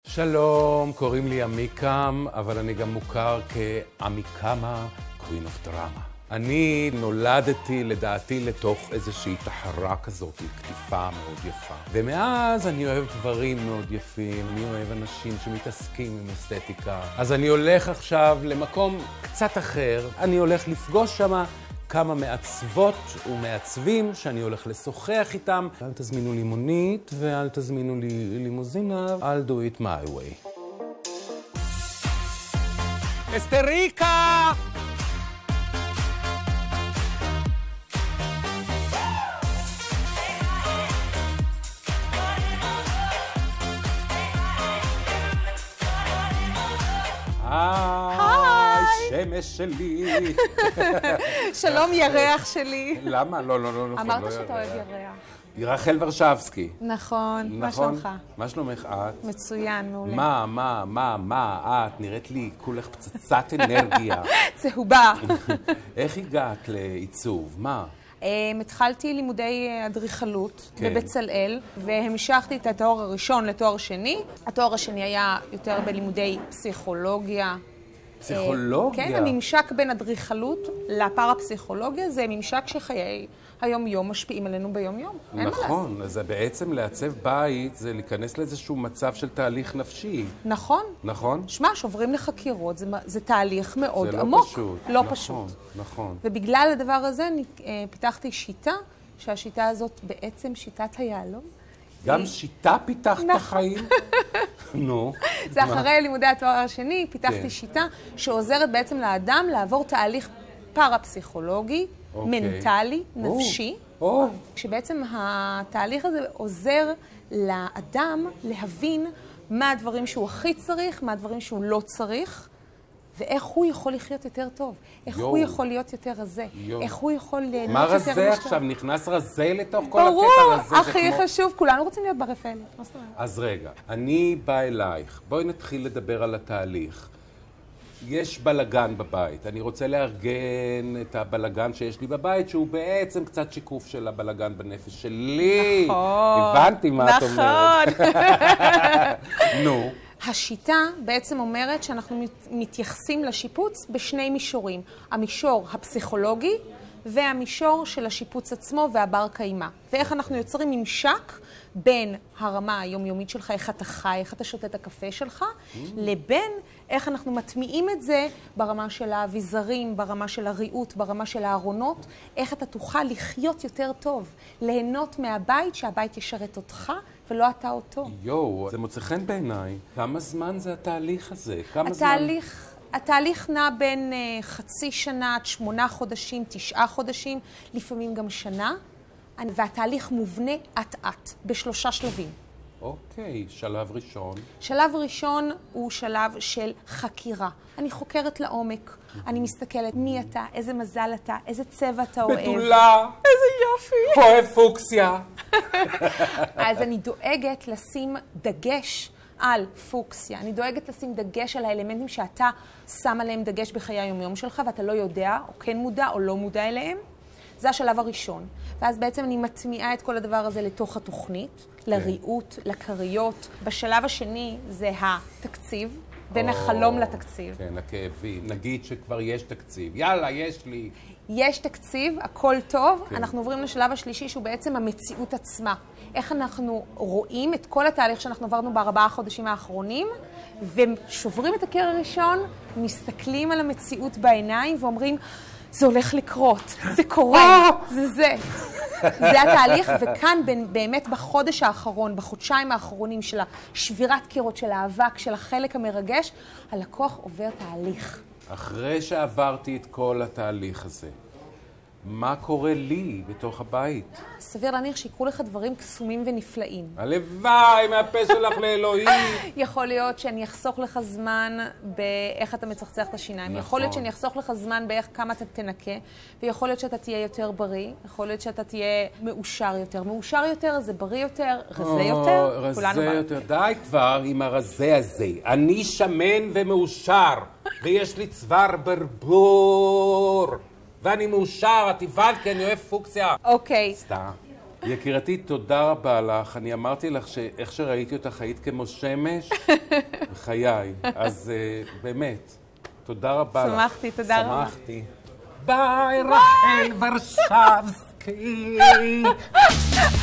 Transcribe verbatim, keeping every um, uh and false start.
שלום, קוראים לי עמיקם, אבל אני גם מוכר כעמיקמה, Queen of Drama. אני נולדתי לדעתי לתוך איזושהי תחרה כזאת, כתיפה מאוד יפה. ומאז אני אוהב דברים מאוד יפים, אני אוהב אנשים שמתעסקים עם אסתטיקה. אז אני הולך עכשיו למקום קצת אחר, אני הולך לפגוש שמה כמה מעצבות ומעצבים שאני הולך לשוחח איתם. אל תזמינו לי מונית ואל תזמינו לי לימוזינה, I'll do it my way. אסטריקה! שמש שלי. שלום ירח שלי. למה? לא, לא, לא, נכון. אמרת שאתה אוהב ירח. רחל ורשבסקי. נכון, מה שלומך? מה שלומך את? מצוין, מעולה. מה, מה, מה, מה, את נראית לי כולך פצצת אנרגיה. צהובה. איך הגעת לעיצוב? מה? התחלתי לימודי אדריכלות בבצלאל, והמשכתי את התואר הראשון לתואר שני. התואר השני היה יותר בלימודי פסיכולוגיה. פסיכולוגיה? כן, הממשק בין אדריכלות לפרפסיכולוגיה זה ממשק שחיי היום-יום משפיעים עלינו ביום-יום. נכון, אז בעצם לעצב בית זה להיכנס לאיזשהו מצב של תהליך נפשי. נכון. נכון? שמע, שעוברים לחקירות, זה, זה תהליך מאוד זה לא עמוק. פשוט. לא נכון, פשוט. נכון. ובגלל הדבר הזה אני פיתחתי שיטה, שהשיטה הזאת בעצם שיטת היהלום. גם שיטה פיתחת בחיים? נו. זה אחרי לימודי התואר השני, פיתחתי שיטה שעוזרת בעצם לאדם לעבור תהליך פרפסיכולוגי, מנטלי, נפשי, כשבעצם התהליך הזה עוזר לאדם להבין מה הדברים שהוא הכי צריך, מה הדברים שהוא לא צריך, ואיך הוא יכול לחיות יותר טוב, איך הוא יכול להיות יותר רזה, איך הוא יכול ליהנות יותר מה משתנה. רזה עכשיו? נכנס רזה לתוך כל הקטע רזה? ברור, הכי חשוב, כולנו רוצים להיות ברפאל. אז רגע, אני בא אלייך, בואי נתחיל לדבר על התהליך. יש בלגן בבית, אני רוצה לארגן את הבלגן שיש לי בבית, שהוא בעצם קצת שיקוף של הבלגן בנפש שלי. נכון. הבנתי מה את אומרת. נכון. נו. השיטה בעצם אומרת שאנחנו מתייחסים לשיפוץ בשני מישורים. המישור הפסיכולוגי והמישור של השיפוץ עצמו והבר קיימה. ואיך אנחנו יוצרים ממשק בין הרמה היומיומית שלך, איך אתה חי, איך אתה שותה את הקפה שלך, mm. לבין איך אנחנו מטמיעים את זה ברמה של האביזרים, ברמה של הריהוט, ברמה של הארונות, איך אתה תוכל לחיות יותר טוב, ליהנות מהבית, שהבית ישרת אותך ולא אתה אותו. יואו, זה מוצא חן בעיניי. כמה זמן זה התהליך הזה? כמה התהליך... זמן? התהליך נע בין uh, חצי שנה עד שמונה חודשים, תשעה חודשים, לפעמים גם שנה, והתהליך מובנה אט-אט, בשלושה שלבים. אוקיי, שלב ראשון. שלב ראשון הוא שלב של חקירה. אני חוקרת לעומק, אני מסתכלת מי אתה, איזה מזל אתה, איזה צבע אתה אוהב. בתולה. איזה יופי. אוהב פוקסיה. אז אני דואגת לשים דגש על פוקסיה. אני דואגת לשים דגש על האלמנטים שאתה שם עליהם דגש בחיי היומיום שלך, ואתה לא יודע, או כן מודע, או לא מודע אליהם. זה השלב הראשון. ואז בעצם אני מטמיעה את כל הדבר הזה לתוך התוכנית, לריהוט, לקריות. בשלב השני זה התקציב, בין החלום לתקציב. כן, הכאבי. נגיד שכבר יש תקציב. יאללה, יש לי. יש תקציב, הכל טוב. אנחנו עוברים לשלב השלישי, שהוא בעצם המציאות עצמה. איך אנחנו רואים את כל התהליך שאנחנו עברנו בארבעה חודשים האחרונים, ושוברים את הקיר הראשון, מסתכלים על המציאות בעיניים ואומרים, זה הולך לקרות, זה קורה, זה זה. זה התהליך, וכאן באמת בחודש האחרון, בחודשיים האחרונים של השבירת קירות, של האבק, של החלק המרגש, הלקוח עובר תהליך. אחרי שעברתי את כל התהליך הזה, מה קורה לי בתוך הבית? סביר להניח שיקרו לך דברים קסומים ונפלאים. הלוואי, מהפה שלך לאלוהים. יכול להיות שאני אחסוך לך זמן באיך אתה מצחצח את השיניים. נכון. יכול להיות שאני אחסוך לך זמן באיך כמה אתה תנקה. ויכול להיות שאתה תהיה יותר בריא. יכול להיות שאתה תהיה מאושר יותר. מאושר יותר זה בריא יותר, רזה יותר. רזה יותר. די כבר עם הרזה הזה. אני שמן ומאושר. ויש לי צוואר ברבור. ואני מאושר, את הבנת כי אני אוהב פוקסיה. אוקיי. סתם. יקירתי, תודה רבה לך. אני אמרתי לך שאיך שראיתי אותך היית כמו שמש בחיי. אז באמת, תודה רבה לך. שמחתי, תודה רבה. שמחתי. ביי רחל ורשבסקי.